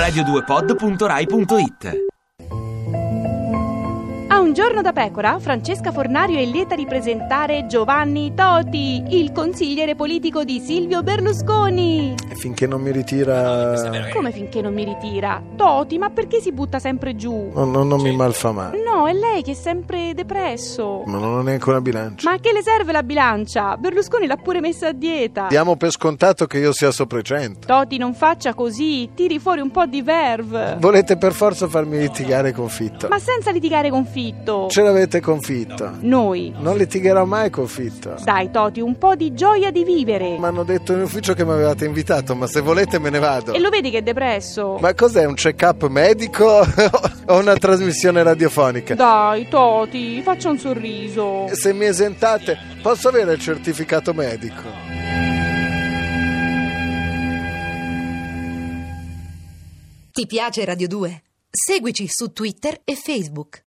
radio2pod.rai.it. A un giorno da pecora, Francesca Fornario è lieta di presentare Giovanni Toti, il consigliere politico di Silvio Berlusconi. E finché non mi ritira... Come finché non mi ritira? Toti, ma perché si butta sempre giù? Non mi malfamare. No, è lei che è sempre depresso. Ma non ho neanche una bilancia. Ma a che le serve la bilancia? Berlusconi l'ha pure messa a dieta. Diamo per scontato che io sia sopra i 100. Toti, non faccia così, tiri fuori un po' di verve. Volete per forza farmi litigare con Fitto? Ma senza litigare con Fitto. Ce l'avete con Fitto? Noi. Non litigherò mai con Fitto. Dai Toti, un po' di gioia di vivere. Mi hanno detto in ufficio che mi avevate invitato, ma se volete me ne vado. E lo vedi che è depresso? Ma cos'è, un check-up medico o una trasmissione radiofonica? Dai Toti, faccia un sorriso. Se mi esentate, posso avere il certificato medico? Ti piace Radio 2? Seguici su Twitter e Facebook.